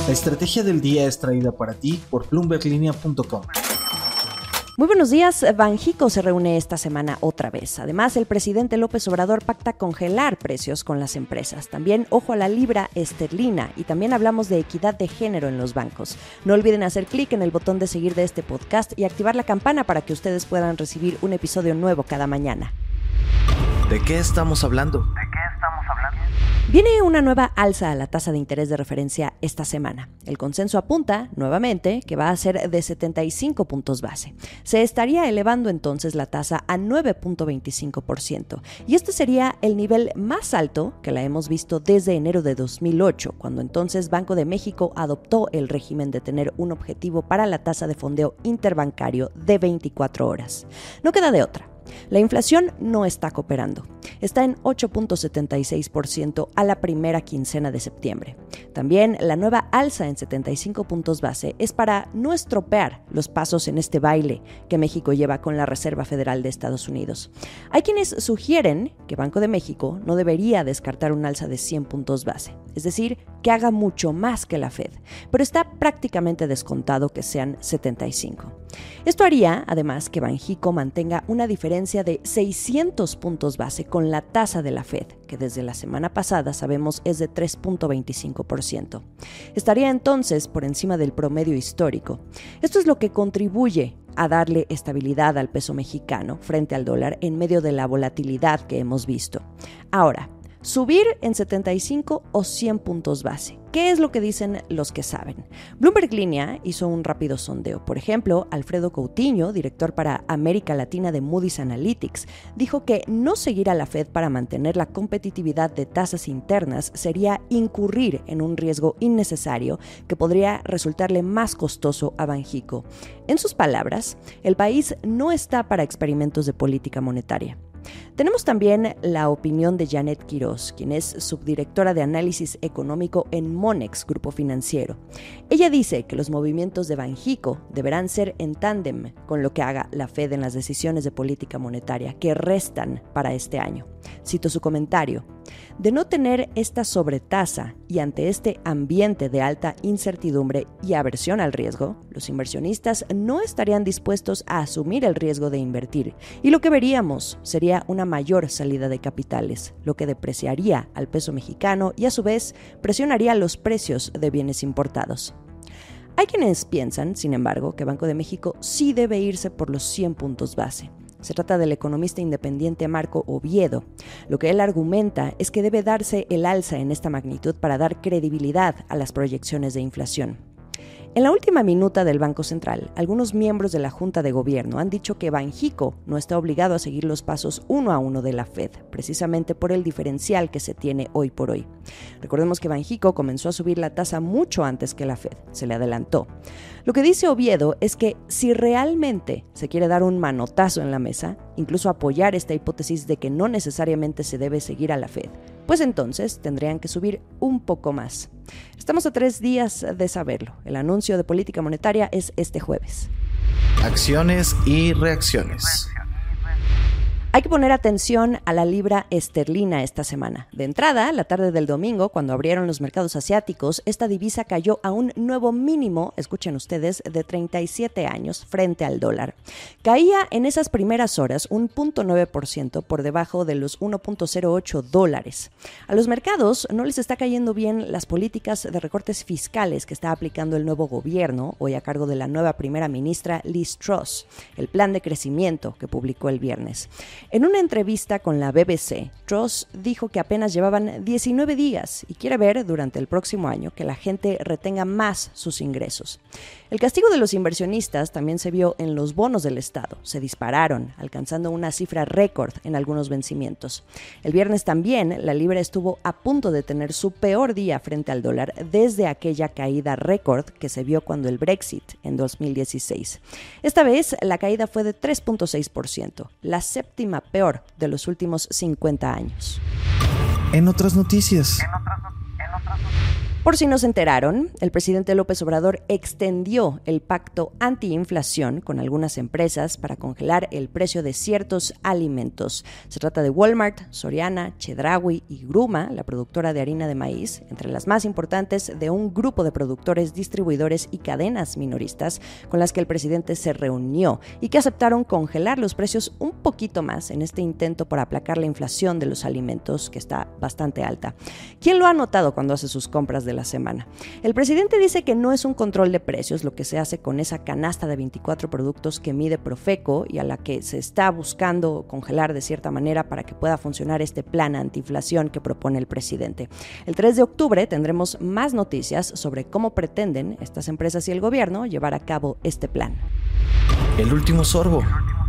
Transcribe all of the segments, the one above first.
La estrategia del día es traída para ti por BloombergLinea.com. Muy buenos días. Banxico se reúne esta semana otra vez. Además, el presidente López Obrador pacta congelar precios con las empresas. También ojo a la libra esterlina y también hablamos de equidad de género en los bancos. No olviden hacer clic en el botón de seguir de este podcast y activar la campana para que ustedes puedan recibir un episodio nuevo cada mañana. ¿De qué estamos hablando? Viene una nueva alza a la tasa de interés de referencia esta semana. El consenso apunta, nuevamente, que va a ser de 75 puntos base. Se estaría elevando entonces la tasa a 9.25%. Y este sería el nivel más alto que la hemos visto desde enero de 2008, cuando entonces Banco de México adoptó el régimen de tener un objetivo para la tasa de fondeo interbancario de 24 horas. No queda de otra. La inflación no está cooperando. Está en 8.76% a la primera quincena de septiembre. También la nueva alza en 75 puntos base es para no estropear los pasos en este baile que México lleva con la Reserva Federal de Estados Unidos. Hay quienes sugieren que Banco de México no debería descartar un alza de 100 puntos base, es decir, que haga mucho más que la Fed, pero está prácticamente descontado que sean 75. Esto haría, además, que Banxico mantenga una diferencia de 600 puntos base con la tasa de la Fed, que desde la semana pasada sabemos es de 3.25%. Estaría entonces por encima del promedio histórico. Esto es lo que contribuye a darle estabilidad al peso mexicano frente al dólar en medio de la volatilidad que hemos visto. Ahora, subir en 75 o 100 puntos base. ¿Qué es lo que dicen los que saben? Bloomberg Línea hizo un rápido sondeo. Por ejemplo, Alfredo Coutinho, director para América Latina de Moody's Analytics, dijo que no seguir a la Fed para mantener la competitividad de tasas internas sería incurrir en un riesgo innecesario que podría resultarle más costoso a Banxico. En sus palabras, el país no está para experimentos de política monetaria. Tenemos también la opinión de Janet Quiroz, quien es subdirectora de análisis económico en Monex, Grupo Financiero. Ella dice que los movimientos de Banxico deberán ser en tándem con lo que haga la Fed en las decisiones de política monetaria que restan para este año. Cito su comentario: de no tener esta sobretasa y ante este ambiente de alta incertidumbre y aversión al riesgo, los inversionistas no estarían dispuestos a asumir el riesgo de invertir y lo que veríamos sería una mayor salida de capitales, lo que depreciaría al peso mexicano y a su vez presionaría los precios de bienes importados. Hay quienes piensan, sin embargo, que Banco de México sí debe irse por los 100 puntos base. Se trata del economista independiente Marco Oviedo. Lo que él argumenta es que debe darse el alza en esta magnitud para dar credibilidad a las proyecciones de inflación. En la última minuta del Banco Central, algunos miembros de la Junta de Gobierno han dicho que Banxico no está obligado a seguir los pasos uno a uno de la Fed, precisamente por el diferencial que se tiene hoy por hoy. Recordemos que Banxico comenzó a subir la tasa mucho antes que la Fed, se le adelantó. Lo que dice Oviedo es que si realmente se quiere dar un manotazo en la mesa, incluso apoyar esta hipótesis de que no necesariamente se debe seguir a la Fed, pues entonces tendrían que subir un poco más. Estamos a 3 días de saberlo. El anuncio de política monetaria es este jueves. Acciones y reacciones. Hay que poner atención a la libra esterlina esta semana. De entrada, la tarde del domingo, cuando abrieron los mercados asiáticos, esta divisa cayó a un nuevo mínimo, escuchen ustedes, de 37 años frente al dólar. Caía en esas primeras horas un 0.9% por debajo de los 1.08 dólares. A los mercados no les está cayendo bien las políticas de recortes fiscales que está aplicando el nuevo gobierno, hoy a cargo de la nueva primera ministra Liz Truss, el plan de crecimiento que publicó el viernes. En una entrevista con la BBC, Truss dijo que apenas llevaban 19 días y quiere ver durante el próximo año que la gente retenga más sus ingresos. El castigo de los inversionistas también se vio en los bonos del Estado. Se dispararon, alcanzando una cifra récord en algunos vencimientos. El viernes también, la libra estuvo a punto de tener su peor día frente al dólar desde aquella caída récord que se vio cuando el Brexit en 2016. Esta vez, la caída fue de 3.6%, la séptima peor de los últimos 50 años. En otras noticias. Por si no se enteraron, el presidente López Obrador extendió el pacto antiinflación con algunas empresas para congelar el precio de ciertos alimentos. Se trata de Walmart, Soriana, Chedraui y Gruma, la productora de harina de maíz, entre las más importantes de un grupo de productores, distribuidores y cadenas minoristas con las que el presidente se reunió y que aceptaron congelar los precios un poquito más en este intento por aplacar la inflación de los alimentos, que está bastante alta. ¿Quién lo ha notado cuando hace sus compras de la semana? El presidente dice que no es un control de precios lo que se hace con esa canasta de 24 productos que mide Profeco y a la que se está buscando congelar de cierta manera para que pueda funcionar este plan antiinflación que propone el presidente. El 3 de octubre tendremos más noticias sobre cómo pretenden estas empresas y el gobierno llevar a cabo este plan. El último sorbo.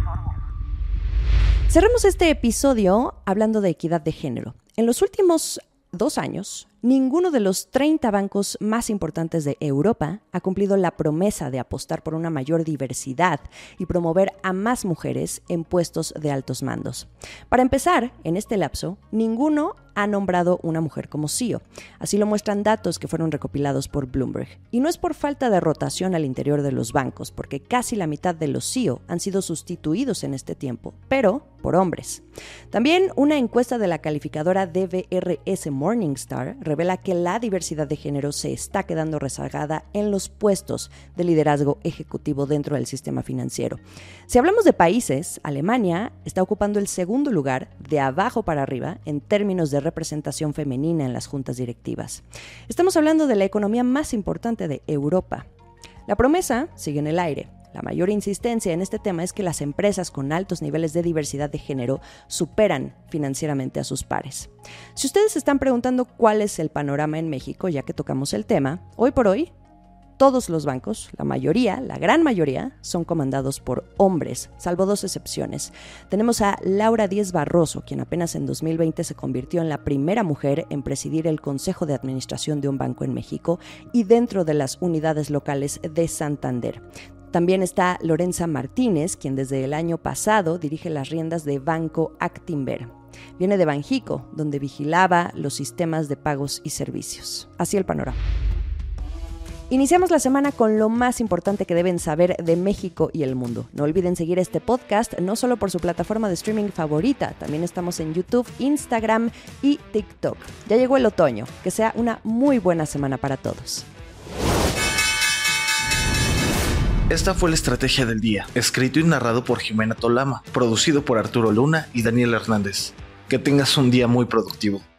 Cerramos este episodio hablando de equidad de género. En los últimos 2 años, ninguno de los 30 bancos más importantes de Europa ha cumplido la promesa de apostar por una mayor diversidad y promover a más mujeres en puestos de altos mandos. Para empezar, en este lapso, ninguno ha nombrado una mujer como CEO. Así lo muestran datos que fueron recopilados por Bloomberg. Y no es por falta de rotación al interior de los bancos, porque casi la mitad de los CEO han sido sustituidos en este tiempo, pero por hombres. También una encuesta de la calificadora DBRS Morningstar revela que la diversidad de género se está quedando rezagada en los puestos de liderazgo ejecutivo dentro del sistema financiero. Si hablamos de países, Alemania está ocupando el segundo lugar de abajo para arriba en términos de representación femenina en las juntas directivas. Estamos hablando de la economía más importante de Europa. La promesa sigue en el aire. La mayor insistencia en este tema es que las empresas con altos niveles de diversidad de género superan financieramente a sus pares. Si ustedes se están preguntando cuál es el panorama en México, ya que tocamos el tema, hoy por hoy, todos los bancos, la mayoría, la gran mayoría, son comandados por hombres, salvo 2 excepciones. Tenemos a Laura Díez Barroso, quien apenas en 2020 se convirtió en la primera mujer en presidir el Consejo de Administración de un banco en México y dentro de las unidades locales de Santander. También está Lorenza Martínez, quien desde el año pasado dirige las riendas de Banco Actinver. Viene de Banjico, donde vigilaba los sistemas de pagos y servicios. Así el panorama. Iniciamos la semana con lo más importante que deben saber de México y el mundo. No olviden seguir este podcast, no solo por su plataforma de streaming favorita, también estamos en YouTube, Instagram y TikTok. Ya llegó el otoño, que sea una muy buena semana para todos. Esta fue la Estrategia del Día, escrito y narrado por Jimena Tolama, producido por Arturo Luna y Daniel Hernández. Que tengas un día muy productivo.